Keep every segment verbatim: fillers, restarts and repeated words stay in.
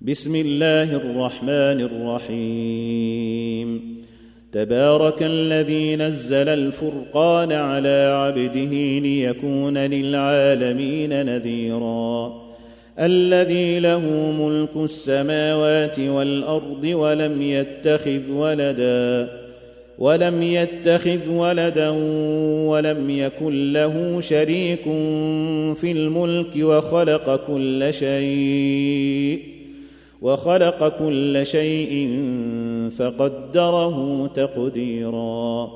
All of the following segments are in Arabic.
بسم الله الرحمن الرحيم تبارك الذي نزل الفرقان على عبده ليكون للعالمين نذيرا الذي له ملك السماوات والأرض ولم يتخذ ولدا ولم يتخذ ولدا ولم يكن له شريك في الملك وخلق كل شيء وخلق كل شيء فقدره تقديرا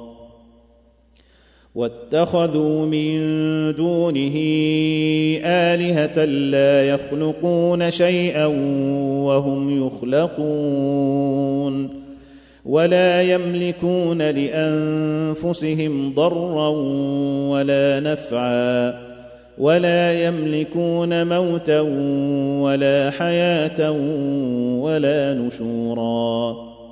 واتخذوا من دونه آلهة لا يخلقون شيئا وهم يخلقون ولا يملكون لأنفسهم ضرا ولا نفعا ولا يملكون موتا ولا حياة ولا نشورا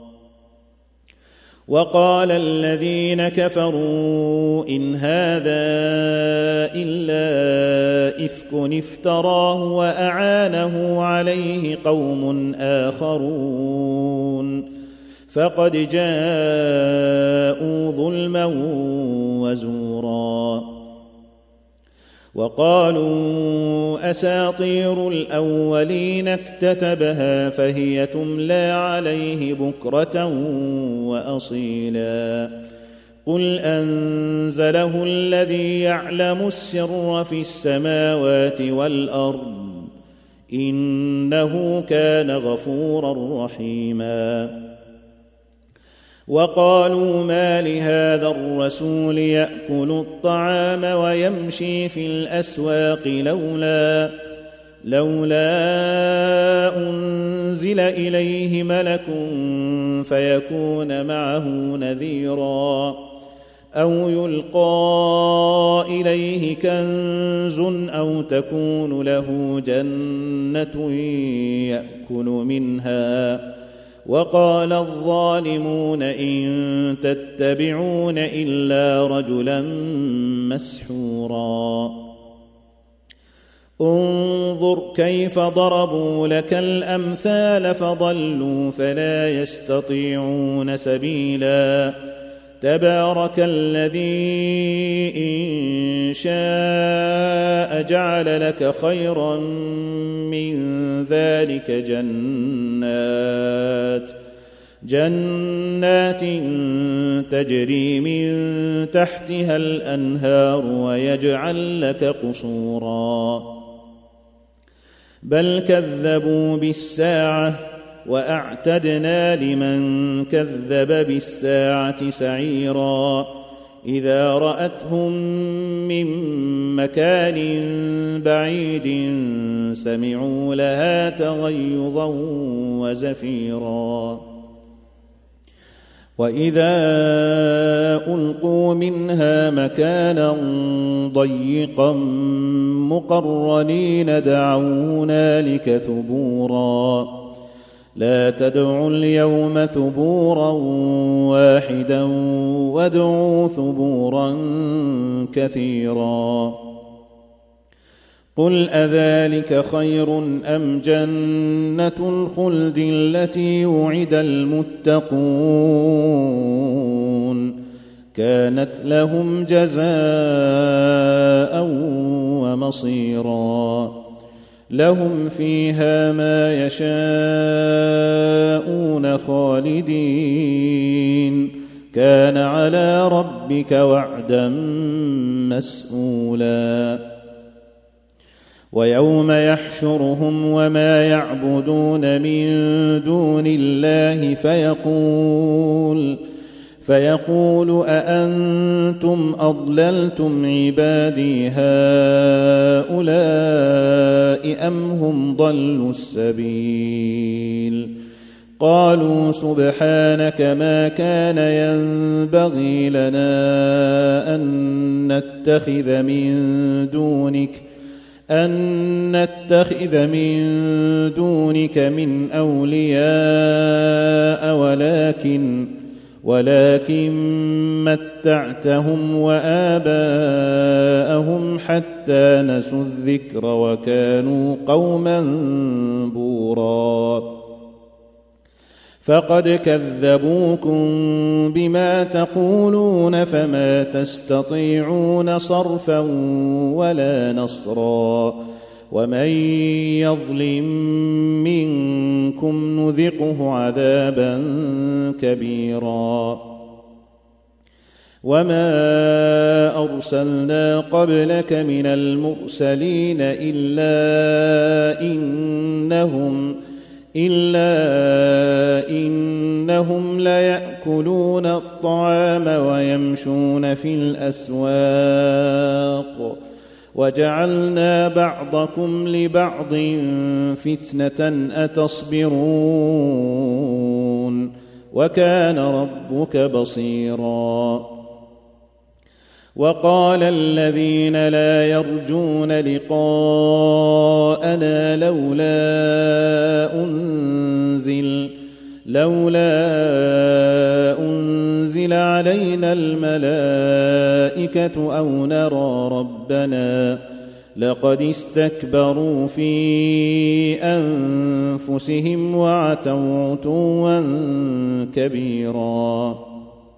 وقال الذين كفروا إن هذا إلا إفك افتراه وأعانه عليه قوم آخرون فقد جاءوا ظلما وزورا وقالوا أساطير الأولين اكتتبها فهي تملى عليه بكرة وأصيلا قل أنزله الذي يعلم السر في السماوات والأرض إنه كان غفورا رحيما وقالوا ما لهذا الرسول يأكل الطعام ويمشي في الأسواق لولا لولا أنزل إليه ملك فيكون معه نذيرا أو يلقى إليه كنز أو تكون له جنة يأكل منها وقال الظالمون إن تتبعون إلا رجلا مسحورا انظر كيف ضربوا لك الأمثال فضلوا فلا يستطيعون سبيلا تبارك الذي إن شاء جعل لك خيرا من ذلك جنات جنات تجري من تحتها الأنهار ويجعل لك قصورا بل كذبوا بالساعة وأعتدنا لمن كذب بالساعة سعيرا إذا رأتهم من مكان بعيد سمعوا لها تغيظا وزفيرا وإذا ألقوا منها مكانا ضيقا مقرنين دعوا هنالك ثبورا لا تدعوا اليوم ثبورا واحدا وادعوا ثبورا كثيرا قل أذلك خير أم جنة الخلد التي وعد المتقون كانت لهم جزاء ومصيرا لهم فيها ما يشاءون خالدين كان على ربك وعدا مسئولا ويوم يحشرهم وما يعبدون من دون الله فيقول فيقول أأنتم أضللتم عبادي هؤلاء أم هم ضلوا السبيل قالوا سبحانك ما كان ينبغي لنا أن نتخذ من دونك أن نتخذ من دونك من أولياء ولكن ولكن متعتهم وآباءهم حتى نسوا الذكر وكانوا قوما بوراً فقد كذبوكم بما تقولون فما تستطيعون صرفا ولا نصرا ومن يظلم منكم نذقه عذابا كبيرا وما أرسلنا قبلك من المرسلين إلا إنهم إلا إنهم ليأكلون الطعام ويمشون في الأسواق وجعلنا بعضكم لبعض فتنة أتصبرون وكان ربك بصيرا وقال الذين لا يرجون لقاءنا لولا أنزل لولا أنزل علينا الملائكة أو نرى ربنا لقد استكبروا في أنفسهم وعتوا عتوا كبيرا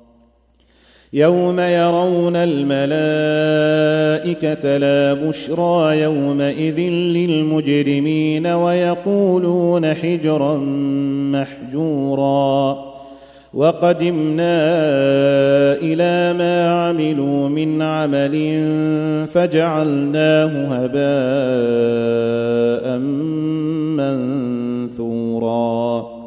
يوم يرون الملائكة لا بشرى يومئذ للمجرمين ويقولون حجرا محجورا وقدمنا إلى ما عملوا من عمل فجعلناه هباء منثورا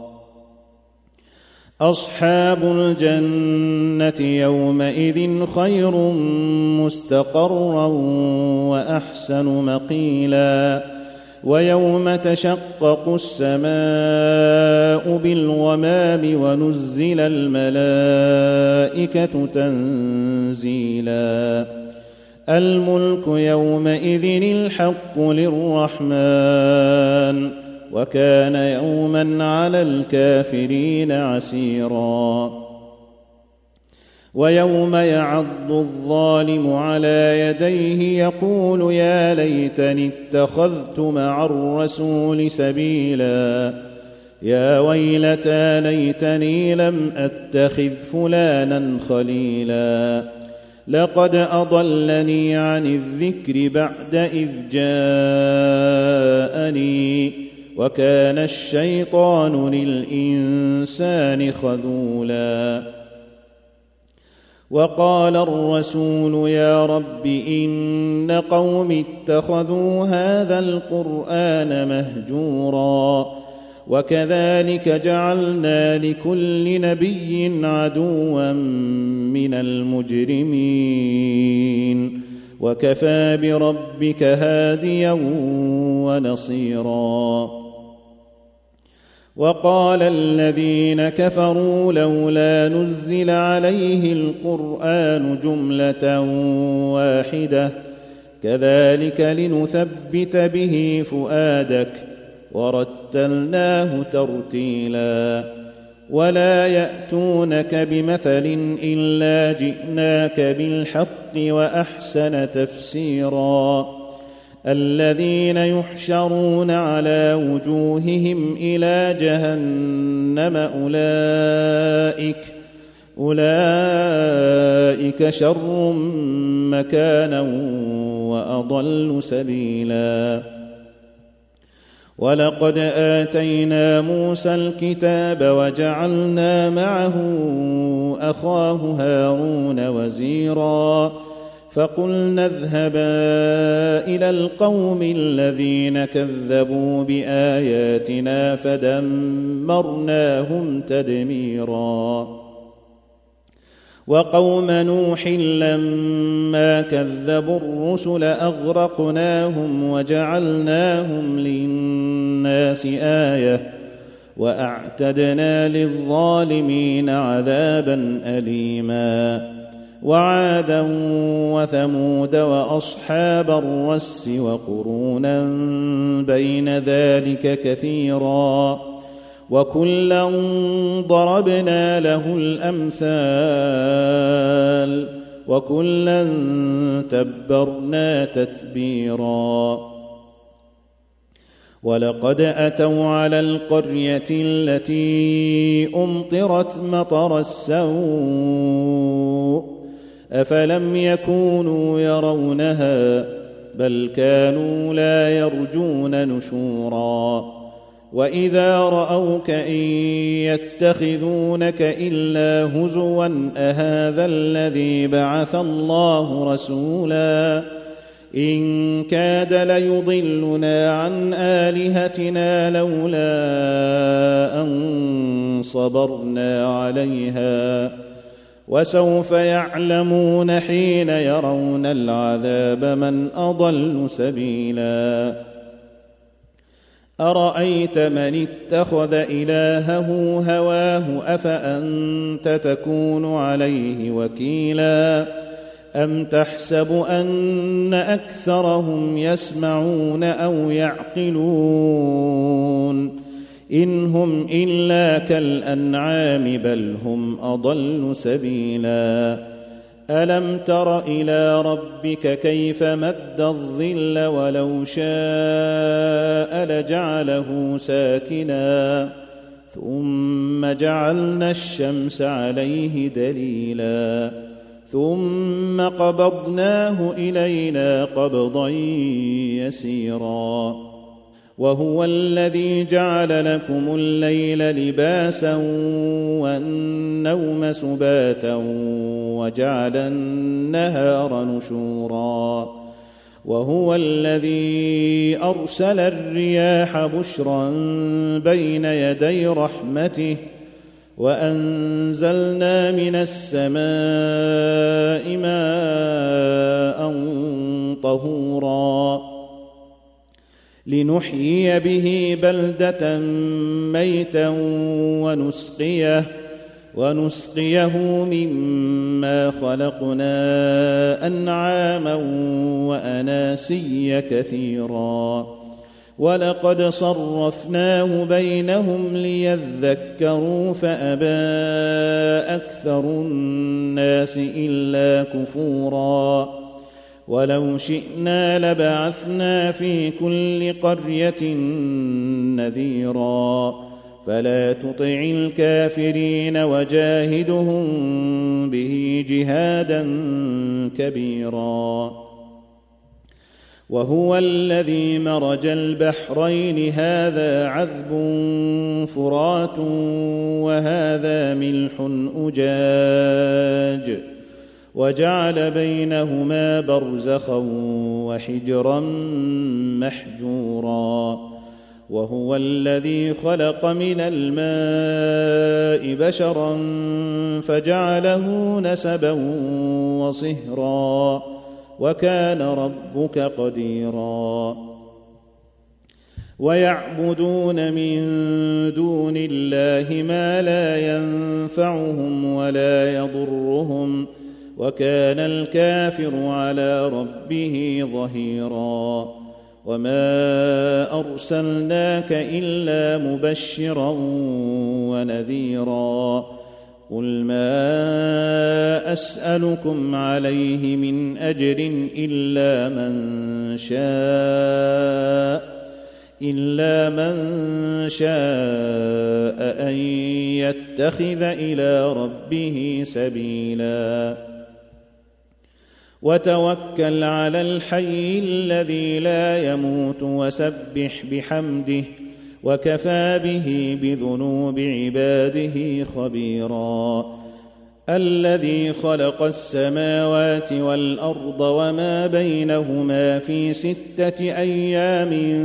أصحاب الجنة يومئذ خير مستقرا وأحسن مقيلا ويوم تشقق السماء بالغمام ونزل الملائكة تنزيلا الملك يومئذ الحق للرحمن وكان يوما على الكافرين عسيرا ويوم يعض الظالم على يديه يقول يا ليتني اتخذت مع الرسول سبيلا يا ويلتى ليتني لم أتخذ فلانا خليلا لقد أضلني عن الذكر بعد إذ جاءني وكان الشيطان للإنسان خذولا وقال الرسول يا رب إن قوم اتخذوا هذا القرآن مهجورا وكذلك جعلنا لكل نبي عدوا من المجرمين وكفى بربك هاديا ونصيرا وقال الذين كفروا لولا نزل عليه القرآن جملة واحدة كذلك لنثبت به فؤادك ورتلناه ترتيلا ولا يأتونك بمثل إلا جئناك بالحق وأحسن تفسيرا الذين يحشرون على وجوههم إلى جهنم أولئك أولئك شر مكانا وأضل سبيلا ولقد آتينا موسى الكتاب وجعلنا معه أخاه هارون وزيرا فقلنا اذهبا إلى القوم الذين كذبوا بآياتنا فدمرناهم تدميرا وقوم نوح لما كذبوا الرسل أغرقناهم وجعلناهم للناس آية وأعتدنا للظالمين عذابا أليما وعادا وثمود وأصحاب الرس وقرونا بين ذلك كثيرا وكلا ضربنا له الأمثال وكلا تبرنا تتبيرا ولقد أتوا على القرية التي أمطرت مطر السوء أفلم يكونوا يرونها بل كانوا لا يرجون نشورا وإذا رأوك إن يتخذونك إلا هزوا أهذا الذي بعث الله رسولا إن كاد ليضلنا عن آلهتنا لولا أن صبرنا عليها وسوف يعلمون حين يرون العذاب من أضل سبيلا أرأيت من اتخذ إلهه هواه أفأنت تكون عليه وكيلا أم تحسب أن أكثرهم يسمعون أو يعقلون إن هم إلا كالأنعام بل هم أضل سبيلا ألم تر إلى ربك كيف مد الظل ولو شاء لجعله ساكنا ثم جعلنا الشمس عليه دليلا ثم قبضناه إلينا قبضا يسيرا وهو الذي جعل لكم الليل لباسا والنوم سباتا وجعل النهار نشورا وهو الذي أرسل الرياح بشرا بين يدي رحمته وأنزلنا من السماء ماء طهورا لنحيي به بلدة ميتا ونسقيه ونسقيه مما خلقنا أنعاما وأناسيا كثيرا ولقد صرفناه بينهم ليذكروا فأبى أكثر الناس إلا كفورا ولو شئنا لبعثنا في كل قرية نذيرا فلا تطع الكافرين وجاهدهم به جهادا كبيرا وهو الذي مرج البحرين هذا عذب فرات وهذا ملح أجاج وجعل بينهما برزخا وحجرا محجورا وهو الذي خلق من الماء بشرا فجعله نسبا وصهرا وكان ربك قديرا ويعبدون من دون الله ما لا ينفعهم ولا يضرهم وكان الكافر على ربه ظهيرا وما أرسلناك إلا مبشرا ونذيرا قل ما أسألكم عليه من أجر إلا من شاء إلا من شاء أن يتخذ إلى ربه سبيلا وتوكل على الحي الذي لا يموت وسبح بحمده وكفى به بذنوب عباده خبيرا الذي خلق السماوات والأرض وما بينهما في ستة أيام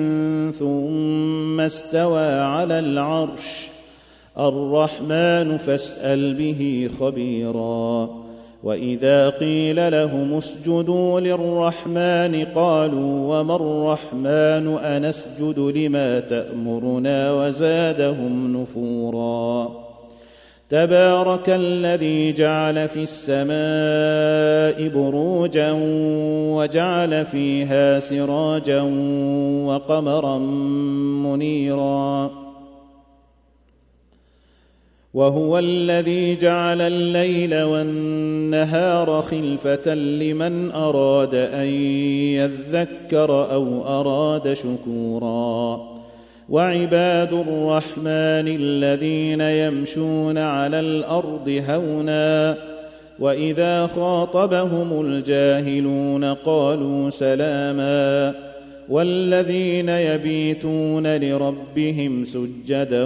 ثم استوى على العرش الرحمن فاسأل به خبيرا وإذا قيل لهم اسجدوا للرحمن قالوا وما الرحمن أنسجد لما تأمرنا وزادهم نفورا تبارك الذي جعل في السماء بروجا وجعل فيها سراجا وقمرا منيرا وهو الذي جعل الليل والنهار خلفة لمن أراد أن يذكر أو أراد شكورا وعباد الرحمن الذين يمشون على الأرض هونا وإذا خاطبهم الجاهلون قالوا سلاما والذين يبيتون لربهم سجدا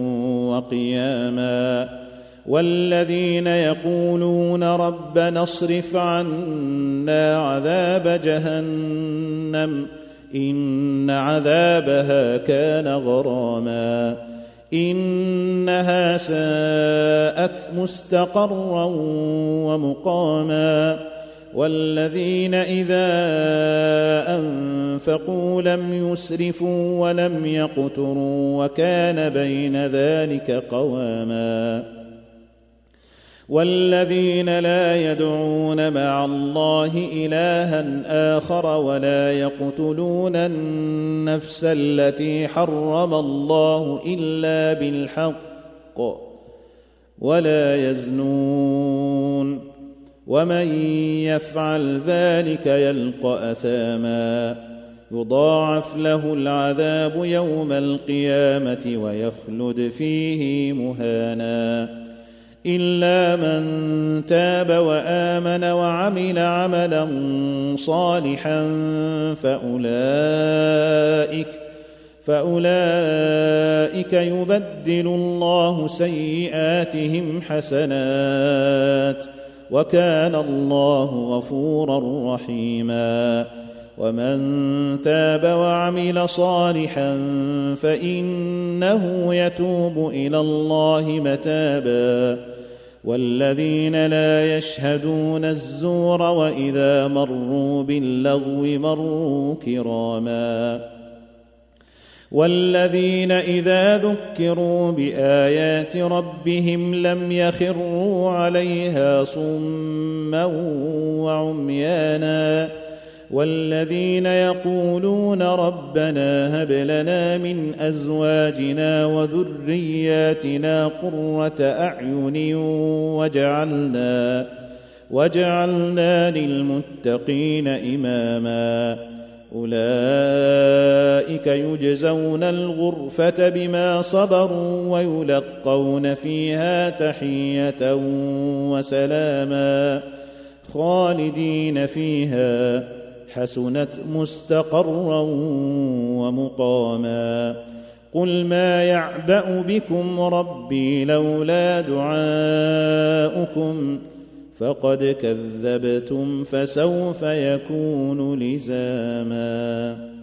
وقياما والذين يقولون ربنا اصرف عنا عذاب جهنم إن عذابها كان غراما إنها ساءت مستقرا ومقاما والذين إذا أنفقوا لم يسرفوا ولم يقتروا وكان بين ذلك قواما والذين لا يدعون مع الله إلها آخر ولا يقتلون النفس التي حرم الله إلا بالحق ولا يزنون ومن يفعل ذلك يلقى أثاما يضاعف له العذاب يوم القيامة ويخلد فيه مهانا إلا من تاب وآمن وعمل عملا صالحا فأولئك فأولئك يبدل الله سيئاتهم حسنات وكان الله غفورا رحيما ومن تاب وعمل صالحا فإنه يتوب إلى الله متابا والذين لا يشهدون الزور وإذا مروا باللغو مروا كراما والذين إذا ذكروا بآيات ربهم لم يخروا عليها صما وعميانا والذين يقولون ربنا هب لنا من أزواجنا وذرياتنا قرة أعين وجعلنا وجعلنا للمتقين إماما أولئك يجزون الغرفة بما صبروا ويلقون فيها تحية وسلاما خالدين فيها حسنت مستقرا ومقاما قل ما يعبأ بكم ربي لولا دعاؤكم فقد كذبتم فسوف يكون لزاما.